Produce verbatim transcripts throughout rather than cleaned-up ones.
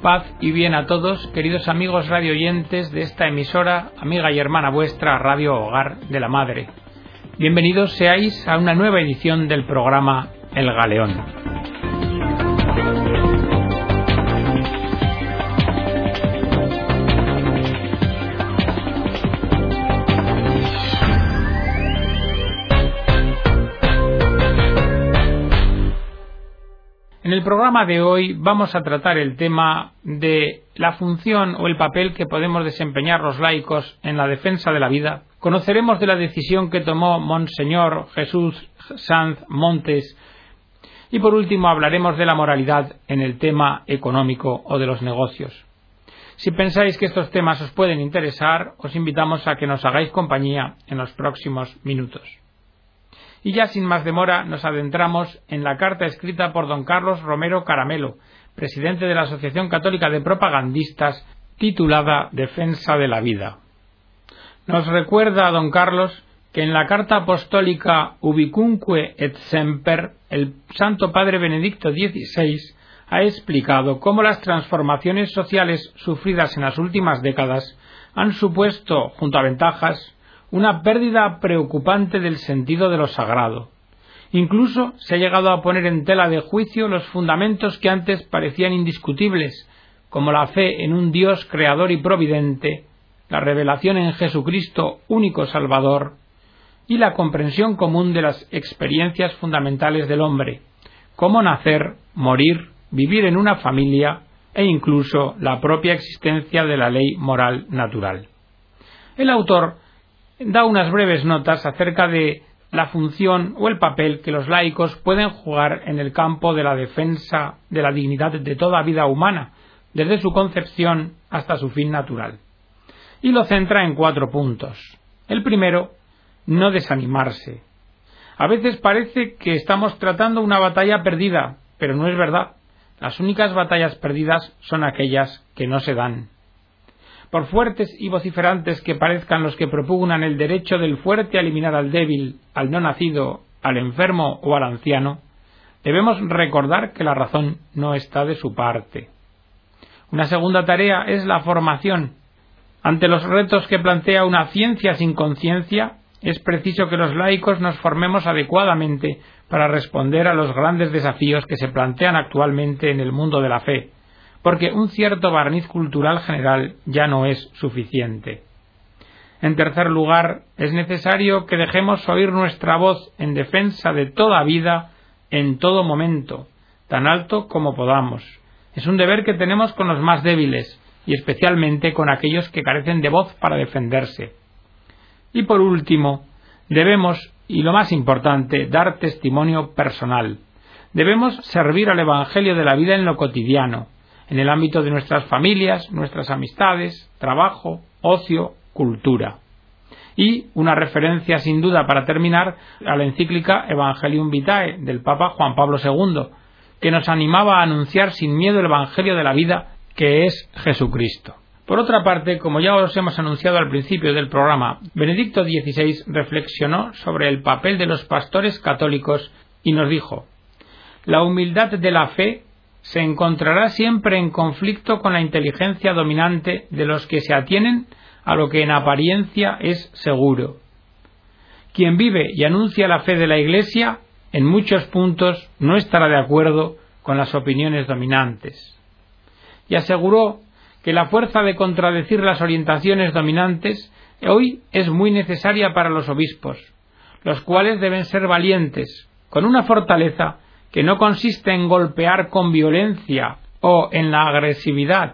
Paz y bien a todos, queridos amigos radioyentes de esta emisora, amiga y hermana vuestra, Radio Hogar de la Madre. Bienvenidos seáis a una nueva edición del programa El Galeón. En el programa de hoy vamos a tratar el tema de la función o el papel que podemos desempeñar los laicos en la defensa de la vida. Conoceremos de la decisión que tomó Monseñor Jesús Sanz Montes y por último hablaremos de la moralidad en el tema económico o de los negocios. Si pensáis que estos temas os pueden interesar, os invitamos a que nos hagáis compañía en los próximos minutos. Y ya sin más demora nos adentramos en la carta escrita por don Carlos Romero Caramelo, presidente de la Asociación Católica de Propagandistas, titulada Defensa de la Vida. Nos recuerda don Carlos que en la carta apostólica Ubicunque et Semper, el Santo Padre Benedicto dieciséis ha explicado cómo las transformaciones sociales sufridas en las últimas décadas han supuesto, junto a ventajas, una pérdida preocupante del sentido de lo sagrado. Incluso se ha llegado a poner en tela de juicio los fundamentos que antes parecían indiscutibles, como la fe en un Dios creador y providente, la revelación en Jesucristo, único Salvador, y la comprensión común de las experiencias fundamentales del hombre, como nacer, morir, vivir en una familia e incluso la propia existencia de la ley moral natural. El autor da unas breves notas acerca de la función o el papel que los laicos pueden jugar en el campo de la defensa de la dignidad de toda vida humana, desde su concepción hasta su fin natural. Y lo centra en cuatro puntos. El primero, no desanimarse. A veces parece que estamos tratando una batalla perdida, pero no es verdad. Las únicas batallas perdidas son aquellas que no se dan. Por fuertes y vociferantes que parezcan los que propugnan el derecho del fuerte a eliminar al débil, al no nacido, al enfermo o al anciano, debemos recordar que la razón no está de su parte. Una segunda tarea es la formación. Ante los retos que plantea una ciencia sin conciencia, es preciso que los laicos nos formemos adecuadamente para responder a los grandes desafíos que se plantean actualmente en el mundo de la fe, porque un cierto barniz cultural general ya no es suficiente. En tercer lugar, es necesario que dejemos oír nuestra voz en defensa de toda vida en todo momento, tan alto como podamos. Es un deber que tenemos con los más débiles y especialmente con aquellos que carecen de voz para defenderse. Y por último, debemos, y lo más importante, dar testimonio personal. Debemos servir al Evangelio de la vida en lo cotidiano, en el ámbito de nuestras familias, nuestras amistades, trabajo, ocio, cultura. Y una referencia sin duda para terminar a la encíclica Evangelium Vitae del Papa Juan Pablo segundo, que nos animaba a anunciar sin miedo el Evangelio de la vida, que es Jesucristo. Por otra parte, como ya os hemos anunciado al principio del programa, Benedicto dieciséis reflexionó sobre el papel de los pastores católicos y nos dijo: la humildad de la fe se encontrará siempre en conflicto con la inteligencia dominante de los que se atienen a lo que en apariencia es seguro. Quien vive y anuncia la fe de la Iglesia, en muchos puntos no estará de acuerdo con las opiniones dominantes. Y aseguró que la fuerza de contradecir las orientaciones dominantes hoy es muy necesaria para los obispos, los cuales deben ser valientes, con una fortaleza que no consiste en golpear con violencia o en la agresividad,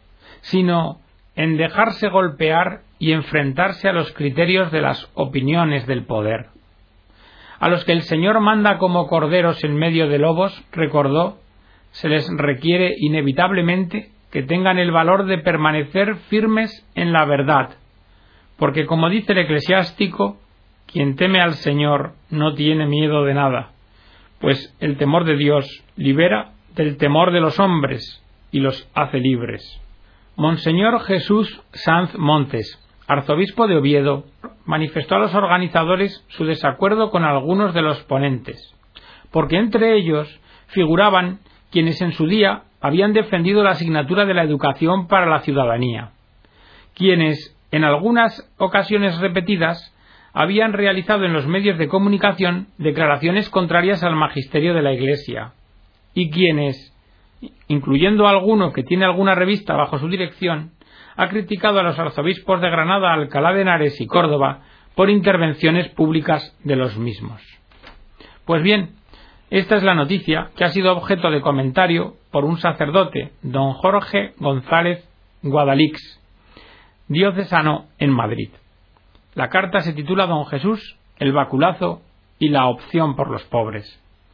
sino en dejarse golpear y enfrentarse a los criterios de las opiniones del poder. A los que el Señor manda como corderos en medio de lobos, recordó, se les requiere inevitablemente que tengan el valor de permanecer firmes en la verdad, porque como dice el eclesiástico, quien teme al Señor no tiene miedo de nada, pues el temor de Dios libera del temor de los hombres y los hace libres. Monseñor Jesús Sanz Montes, arzobispo de Oviedo, manifestó a los organizadores su desacuerdo con algunos de los ponentes, porque entre ellos figuraban quienes en su día habían defendido la asignatura de la educación para la ciudadanía, quienes, en algunas ocasiones repetidas, habían realizado en los medios de comunicación declaraciones contrarias al magisterio de la Iglesia, y quienes, incluyendo a alguno que tiene alguna revista bajo su dirección, ha criticado a los arzobispos de Granada, Alcalá de Henares y Córdoba por intervenciones públicas de los mismos. Pues bien, esta es la noticia que ha sido objeto de comentario por un sacerdote, don Jorge González Guadalix, diocesano en Madrid. La carta se titula Don Jesús, el baculazo y la opción por los pobres.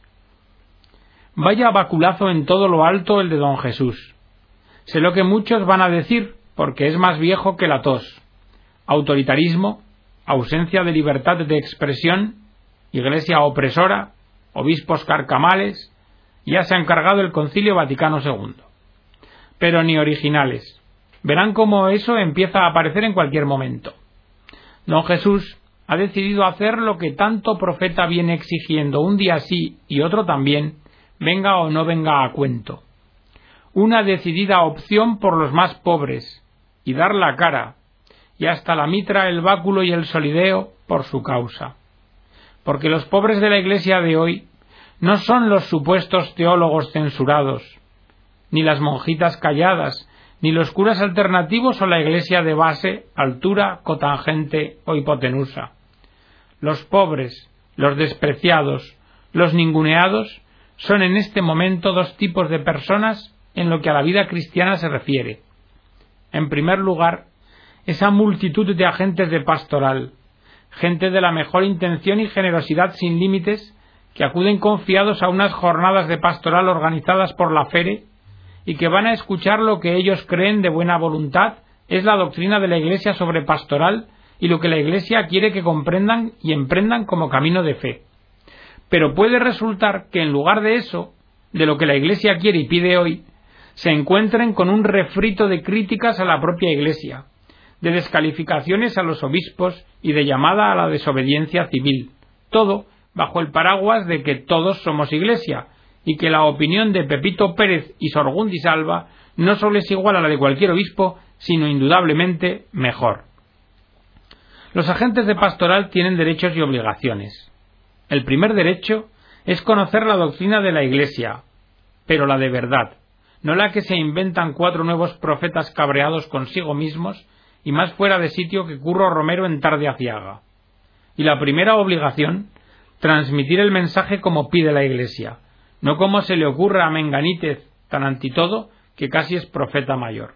Vaya baculazo en todo lo alto el de don Jesús. Sé lo que muchos van a decir, porque es más viejo que la tos. Autoritarismo, ausencia de libertad de expresión, iglesia opresora, obispos carcamales, ya se ha encargado el Concilio Vaticano segundo. Pero ni originales. Verán cómo eso empieza a aparecer en cualquier momento. Don Jesús ha decidido hacer lo que tanto profeta viene exigiendo un día sí y otro también, venga o no venga a cuento. Una decidida opción por los más pobres, y dar la cara, y hasta la mitra, el báculo y el solideo por su causa. Porque los pobres de la Iglesia de hoy no son los supuestos teólogos censurados, ni las monjitas calladas, ni los curas alternativos o la Iglesia de base, altura, cotangente o hipotenusa. Los pobres, los despreciados, los ninguneados, son en este momento dos tipos de personas en lo que a la vida cristiana se refiere. En primer lugar, esa multitud de agentes de pastoral, gente de la mejor intención y generosidad sin límites, que acuden confiados a unas jornadas de pastoral organizadas por la Fere y que van a escuchar lo que ellos creen de buena voluntad es la doctrina de la Iglesia sobre pastoral y lo que la Iglesia quiere que comprendan y emprendan como camino de fe. Pero puede resultar que en lugar de eso, de lo que la Iglesia quiere y pide hoy, se encuentren con un refrito de críticas a la propia Iglesia, de descalificaciones a los obispos y de llamada a la desobediencia civil, todo bajo el paraguas de que todos somos Iglesia y que la opinión de Pepito Pérez y Sor Gundis Alba no solo es igual a la de cualquier obispo, sino indudablemente mejor. Los agentes de pastoral tienen derechos y obligaciones. El primer derecho es conocer la doctrina de la Iglesia, pero la de verdad, no la que se inventan cuatro nuevos profetas cabreados consigo mismos y más fuera de sitio que Curro Romero en Tarde aciaga. Y la primera obligación, transmitir el mensaje como pide la Iglesia, no como se le ocurra a Menganítez, tan antitodo, que casi es profeta mayor.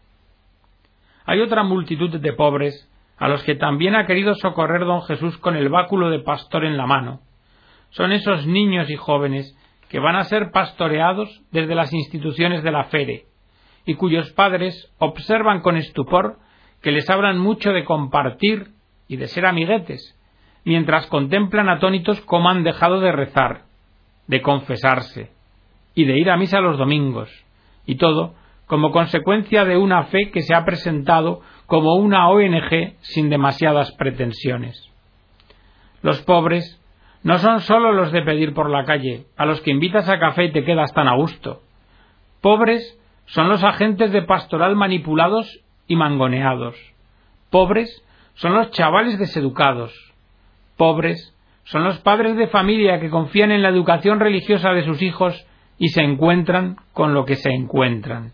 Hay otra multitud de pobres a los que también ha querido socorrer don Jesús con el báculo de pastor en la mano. Son esos niños y jóvenes que van a ser pastoreados desde las instituciones de la Fere, y cuyos padres observan con estupor que les hablan mucho de compartir y de ser amiguetes, mientras contemplan atónitos cómo han dejado de rezar, de confesarse y de ir a misa los domingos, y todo como consecuencia de una fe que se ha presentado como una O N G sin demasiadas pretensiones. Los pobres no son sólo los de pedir por la calle, a los que invitas a café y te quedas tan a gusto. Pobres son los agentes de pastoral manipulados y mangoneados. Pobres son los chavales deseducados. Pobres son los padres de familia que confían en la educación religiosa de sus hijos y se encuentran con lo que se encuentran.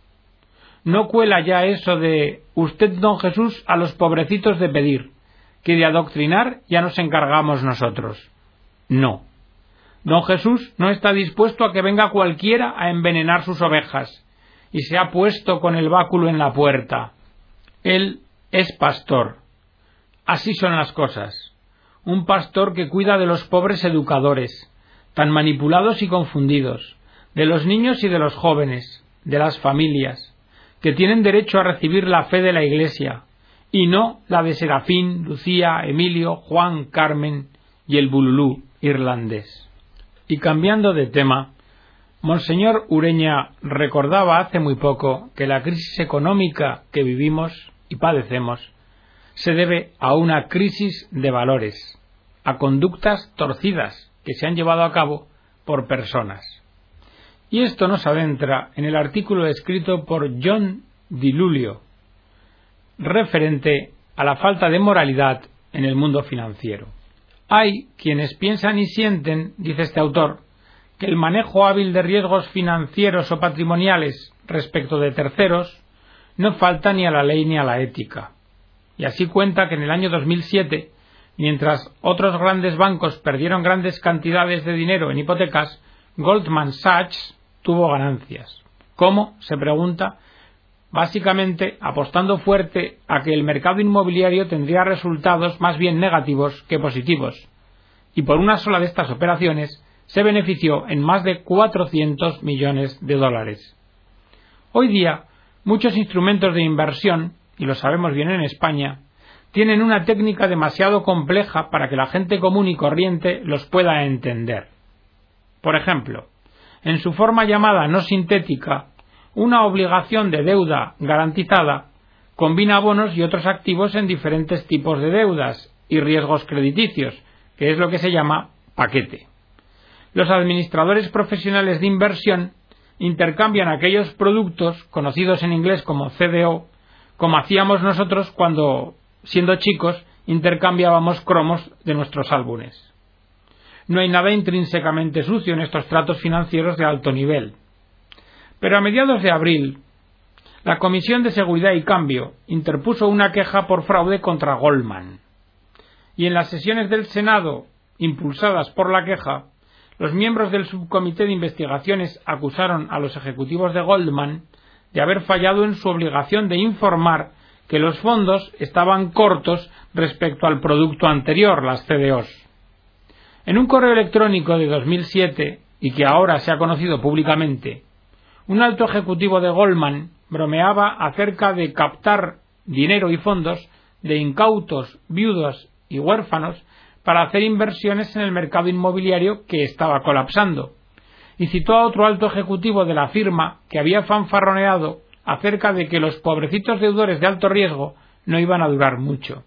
No cuela ya eso de usted, don Jesús, a los pobrecitos de pedir, que de adoctrinar ya nos encargamos nosotros. No. Don Jesús no está dispuesto a que venga cualquiera a envenenar sus ovejas, y se ha puesto con el báculo en la puerta. Él es pastor. Así son las cosas. Un pastor que cuida de los pobres educadores, tan manipulados y confundidos, de los niños y de los jóvenes, de las familias, que tienen derecho a recibir la fe de la Iglesia, y no la de Serafín, Lucía, Emilio, Juan, Carmen y el bululú irlandés. Y cambiando de tema, Monseñor Ureña recordaba hace muy poco que la crisis económica que vivimos y padecemos se debe a una crisis de valores, a conductas torcidas que se han llevado a cabo por personas. Y esto nos adentra en el artículo escrito por John DiLulio, referente a la falta de moralidad en el mundo financiero. Hay quienes piensan y sienten, dice este autor, que el manejo hábil de riesgos financieros o patrimoniales respecto de terceros no falta ni a la ley ni a la ética. Y así cuenta que en el año dos mil siete, mientras otros grandes bancos perdieron grandes cantidades de dinero en hipotecas, Goldman Sachs tuvo ganancias. ¿Cómo?, se pregunta. Básicamente apostando fuerte a que el mercado inmobiliario tendría resultados más bien negativos que positivos, y por una sola de estas operaciones se benefició en más de cuatrocientos millones de dólares. Hoy día, muchos instrumentos de inversión, y lo sabemos bien en España, tienen una técnica demasiado compleja para que la gente común y corriente los pueda entender. Por ejemplo, en su forma llamada no sintética, una obligación de deuda garantizada combina bonos y otros activos en diferentes tipos de deudas y riesgos crediticios, que es lo que se llama paquete. Los administradores profesionales de inversión intercambian aquellos productos, conocidos en inglés como C D O, como hacíamos nosotros cuando, siendo chicos, intercambiábamos cromos de nuestros álbumes. No hay nada intrínsecamente sucio en estos tratos financieros de alto nivel. Pero a mediados de abril, la Comisión de Seguridad y Cambio interpuso una queja por fraude contra Goldman. Y en las sesiones del Senado, impulsadas por la queja, los miembros del subcomité de investigaciones acusaron a los ejecutivos de Goldman de haber fallado en su obligación de informar que los fondos estaban cortos respecto al producto anterior, las C D Os. En un correo electrónico de dos mil siete, y que ahora se ha conocido públicamente, un alto ejecutivo de Goldman bromeaba acerca de captar dinero y fondos de incautos, viudos y huérfanos para hacer inversiones en el mercado inmobiliario que estaba colapsando, y citó a otro alto ejecutivo de la firma que había fanfarroneado acerca de que los pobrecitos deudores de alto riesgo no iban a durar mucho.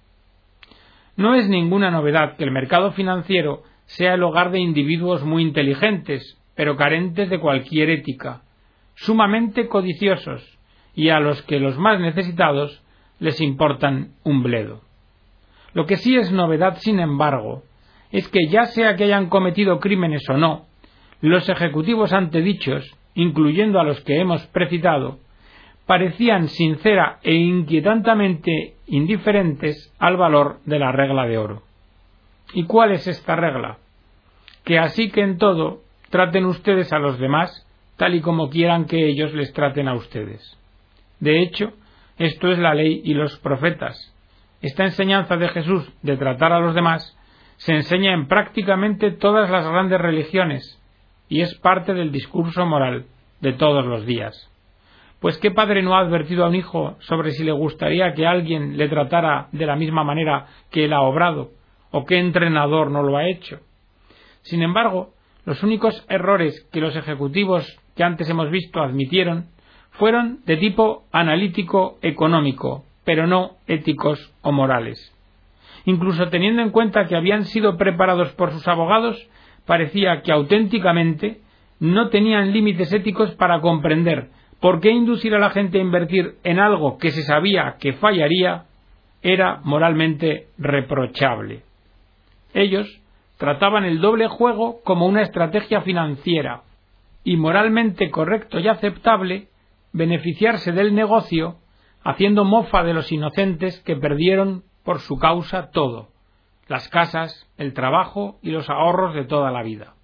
No es ninguna novedad que el mercado financiero sea el hogar de individuos muy inteligentes, pero carentes de cualquier ética, sumamente codiciosos, y a los que los más necesitados les importan un bledo. Lo que sí es novedad, sin embargo, es que ya sea que hayan cometido crímenes o no, los ejecutivos antedichos, incluyendo a los que hemos precitado, parecían sincera e inquietantemente indiferentes al valor de la regla de oro. ¿Y cuál es esta regla? Que así que en todo traten ustedes a los demás tal y como quieran que ellos les traten a ustedes. De hecho, esto es la ley y los profetas. Esta enseñanza de Jesús de tratar a los demás se enseña en prácticamente todas las grandes religiones y es parte del discurso moral de todos los días. Pues ¿qué padre no ha advertido a un hijo sobre si le gustaría que alguien le tratara de la misma manera que él ha obrado? ¿O qué entrenador no lo ha hecho? Sin embargo, los únicos errores que los ejecutivos que antes hemos visto admitieron fueron de tipo analítico económico, pero no éticos o morales. Incluso teniendo en cuenta que habían sido preparados por sus abogados, parecía que auténticamente no tenían límites éticos para comprender por qué inducir a la gente a invertir en algo que se sabía que fallaría era moralmente reprochable. Ellos trataban el doble juego como una estrategia financiera y moralmente correcto y aceptable beneficiarse del negocio haciendo mofa de los inocentes que perdieron por su causa todo, las casas, el trabajo y los ahorros de toda la vida.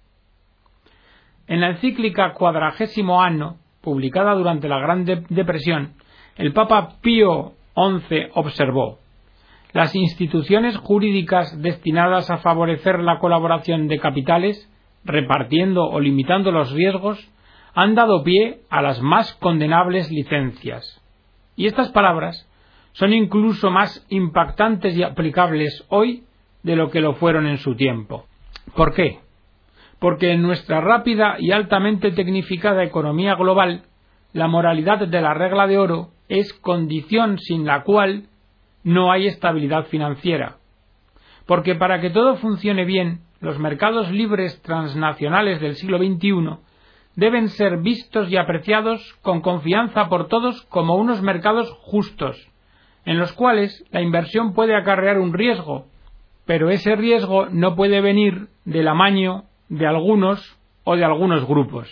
En la encíclica Quadragésimo Anno, publicada durante la Gran Depresión, el Papa Pío once observó: las instituciones jurídicas destinadas a favorecer la colaboración de capitales, repartiendo o limitando los riesgos, han dado pie a las más condenables licencias. Y estas palabras son incluso más impactantes y aplicables hoy de lo que lo fueron en su tiempo. ¿Por qué? Porque en nuestra rápida y altamente tecnificada economía global, la moralidad de la regla de oro es condición sin la cual no hay estabilidad financiera. Porque para que todo funcione bien, los mercados libres transnacionales del siglo veintiuno deben ser vistos y apreciados con confianza por todos como unos mercados justos, en los cuales la inversión puede acarrear un riesgo, pero ese riesgo no puede venir del amaño de algunos o de algunos grupos.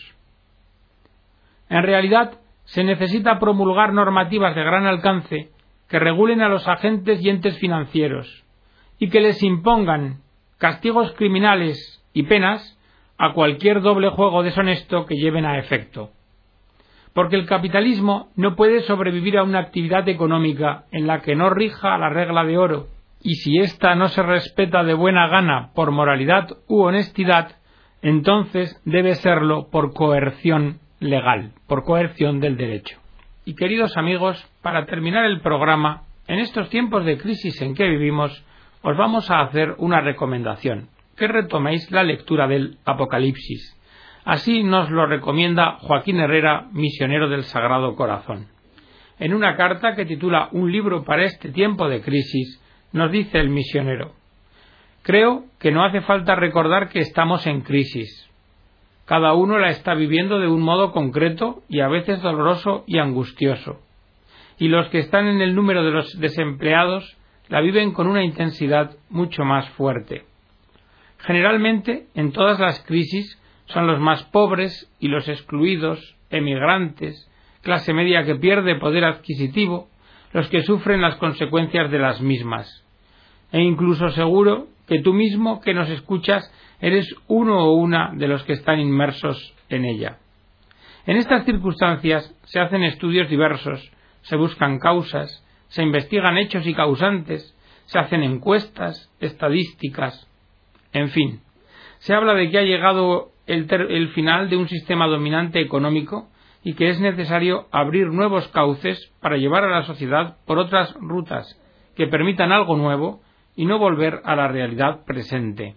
En realidad, se necesita promulgar normativas de gran alcance que regulen a los agentes y entes financieros y que les impongan castigos criminales y penas a cualquier doble juego deshonesto que lleven a efecto. Porque el capitalismo no puede sobrevivir a una actividad económica en la que no rija la regla de oro, y si ésta no se respeta de buena gana por moralidad u honestidad, entonces debe serlo por coerción legal, por coerción del derecho. Y queridos amigos, para terminar el programa, en estos tiempos de crisis en que vivimos, os vamos a hacer una recomendación, que retoméis la lectura del Apocalipsis. Así nos lo recomienda Joaquín Herrera, misionero del Sagrado Corazón. En una carta que titula Un libro para este tiempo de crisis, nos dice el misionero: creo que no hace falta recordar que estamos en crisis. Cada uno la está viviendo de un modo concreto y a veces doloroso y angustioso. Y los que están en el número de los desempleados la viven con una intensidad mucho más fuerte. Generalmente, en todas las crisis, son los más pobres y los excluidos, emigrantes, clase media que pierde poder adquisitivo, los que sufren las consecuencias de las mismas. E incluso seguro que tú mismo que nos escuchas eres uno o una de los que están inmersos en ella. En estas circunstancias se hacen estudios diversos, se buscan causas, se investigan hechos y causantes, se hacen encuestas, estadísticas, en fin. Se habla de que ha llegado el, ter- el final de un sistema dominante económico y que es necesario abrir nuevos cauces para llevar a la sociedad por otras rutas que permitan algo nuevo y no volver a la realidad presente.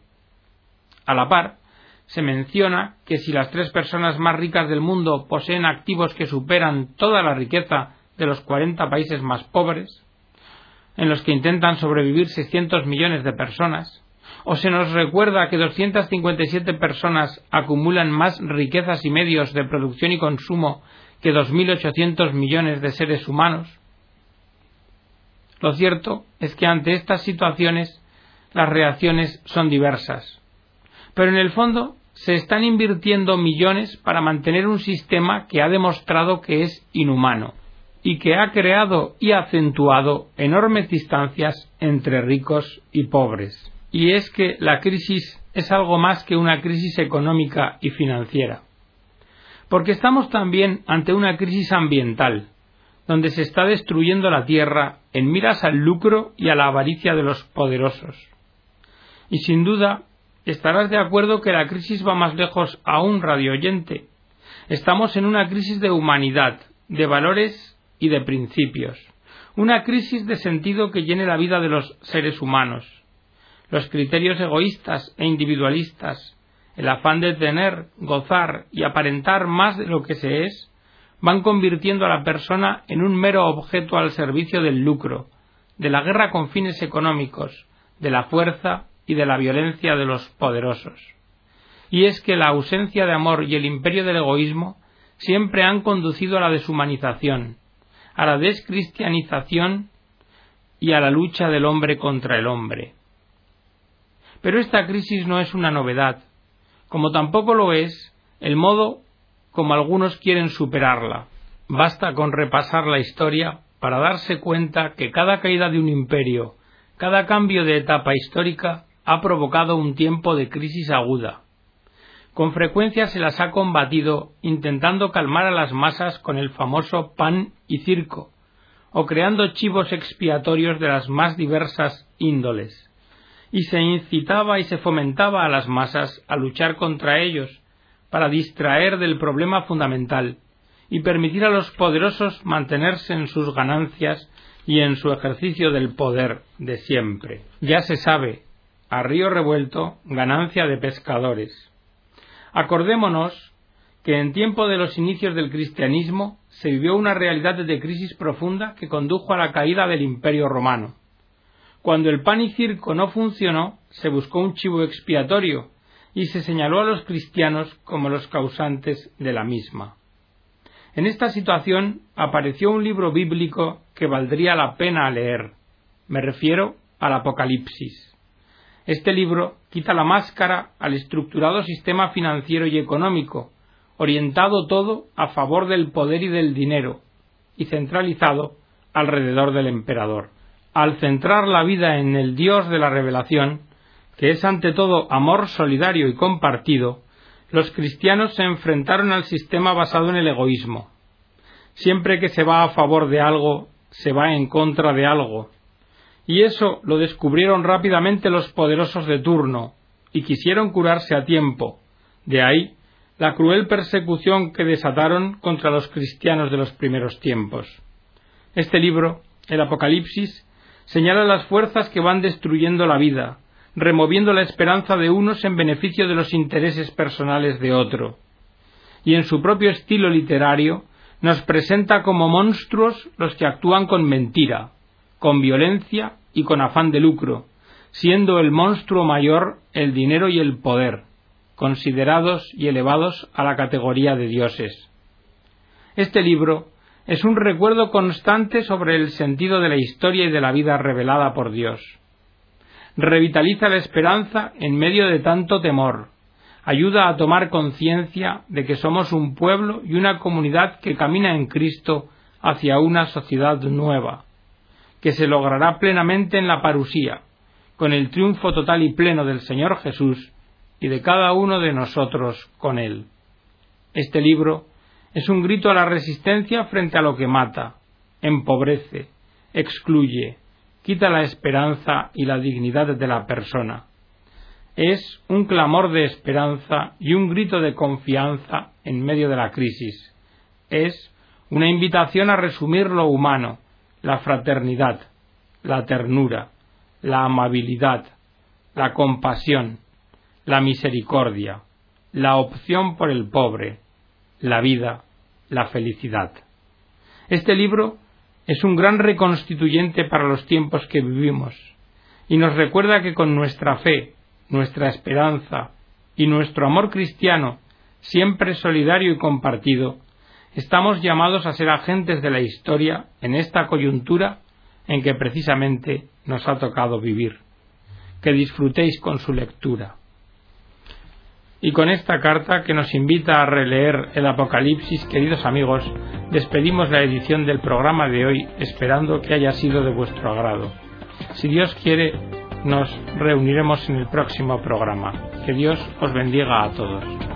A la par, se menciona que si las tres personas más ricas del mundo poseen activos que superan toda la riqueza de los cuarenta países más pobres, en los que intentan sobrevivir seiscientos millones de personas, o se nos recuerda que doscientas cincuenta y siete personas acumulan más riquezas y medios de producción y consumo que dos mil ochocientos millones de seres humanos. Lo cierto es que ante estas situaciones las reacciones son diversas, pero en el fondo se están invirtiendo millones para mantener un sistema que ha demostrado que es inhumano y que ha creado y acentuado enormes distancias entre ricos y pobres. Y es que la crisis es algo más que una crisis económica y financiera, porque estamos también ante una crisis ambiental, donde se está destruyendo la tierra en miras al lucro y a la avaricia de los poderosos. Y sin duda, estarás de acuerdo que la crisis va más lejos aún, radioyente. Estamos en una crisis de humanidad, de valores y de principios, una crisis de sentido que llene la vida de los seres humanos. Los criterios egoístas e individualistas, el afán de tener, gozar y aparentar más de lo que se es, van convirtiendo a la persona en un mero objeto al servicio del lucro, de la guerra con fines económicos, de la fuerza y de la violencia de los poderosos. Y es que la ausencia de amor y el imperio del egoísmo siempre han conducido a la deshumanización, a la descristianización y a la lucha del hombre contra el hombre. Pero esta crisis no es una novedad, como tampoco lo es el modo como algunos quieren superarla. Basta con repasar la historia para darse cuenta que cada caída de un imperio, cada cambio de etapa histórica ha provocado un tiempo de crisis aguda. Con frecuencia se las ha combatido intentando calmar a las masas con el famoso pan y circo, o creando chivos expiatorios de las más diversas índoles. Y se incitaba y se fomentaba a las masas a luchar contra ellos para distraer del problema fundamental y permitir a los poderosos mantenerse en sus ganancias y en su ejercicio del poder de siempre. Ya se sabe, a río revuelto, ganancia de pescadores. Acordémonos que en tiempo de los inicios del cristianismo se vivió una realidad de crisis profunda que condujo a la caída del Imperio Romano. Cuando el pan y circo no funcionó, se buscó un chivo expiatorio, y se señaló a los cristianos como los causantes de la misma. En esta situación apareció un libro bíblico que valdría la pena leer. Me refiero al Apocalipsis. Este libro quita la máscara al estructurado sistema financiero y económico, orientado todo a favor del poder y del dinero, y centralizado alrededor del emperador. Al centrar la vida en el Dios de la revelación, que es ante todo amor solidario y compartido, los cristianos se enfrentaron al sistema basado en el egoísmo. Siempre que se va a favor de algo, se va en contra de algo. Y eso lo descubrieron rápidamente los poderosos de turno, y quisieron curarse a tiempo. De ahí la cruel persecución que desataron contra los cristianos de los primeros tiempos. Este libro, el Apocalipsis, señala las fuerzas que van destruyendo la vida, removiendo la esperanza de unos en beneficio de los intereses personales de otro. Y en su propio estilo literario nos presenta como monstruos los que actúan con mentira, con violencia y con afán de lucro, siendo el monstruo mayor el dinero y el poder, considerados y elevados a la categoría de dioses. Este libro es un recuerdo constante sobre el sentido de la historia y de la vida revelada por Dios. Revitaliza la esperanza en medio de tanto temor, ayuda a tomar conciencia de que somos un pueblo y una comunidad que camina en Cristo hacia una sociedad nueva, que se logrará plenamente en la parusía, con el triunfo total y pleno del Señor Jesús y de cada uno de nosotros con Él. Este libro es un grito a la resistencia frente a lo que mata, empobrece, excluye, quita la esperanza y la dignidad de la persona. Es un clamor de esperanza y un grito de confianza en medio de la crisis. Es una invitación a resumir lo humano, la fraternidad, la ternura, la amabilidad, la compasión, la misericordia, la opción por el pobre, la vida, la felicidad. Este libro es un gran reconstituyente para los tiempos que vivimos y nos recuerda que con nuestra fe, nuestra esperanza y nuestro amor cristiano, siempre solidario y compartido, estamos llamados a ser agentes de la historia en esta coyuntura en que precisamente nos ha tocado vivir. Que disfrutéis con su lectura. Y con esta carta que nos invita a releer el Apocalipsis, queridos amigos, despedimos la edición del programa de hoy, esperando que haya sido de vuestro agrado. Si Dios quiere, nos reuniremos en el próximo programa. Que Dios os bendiga a todos.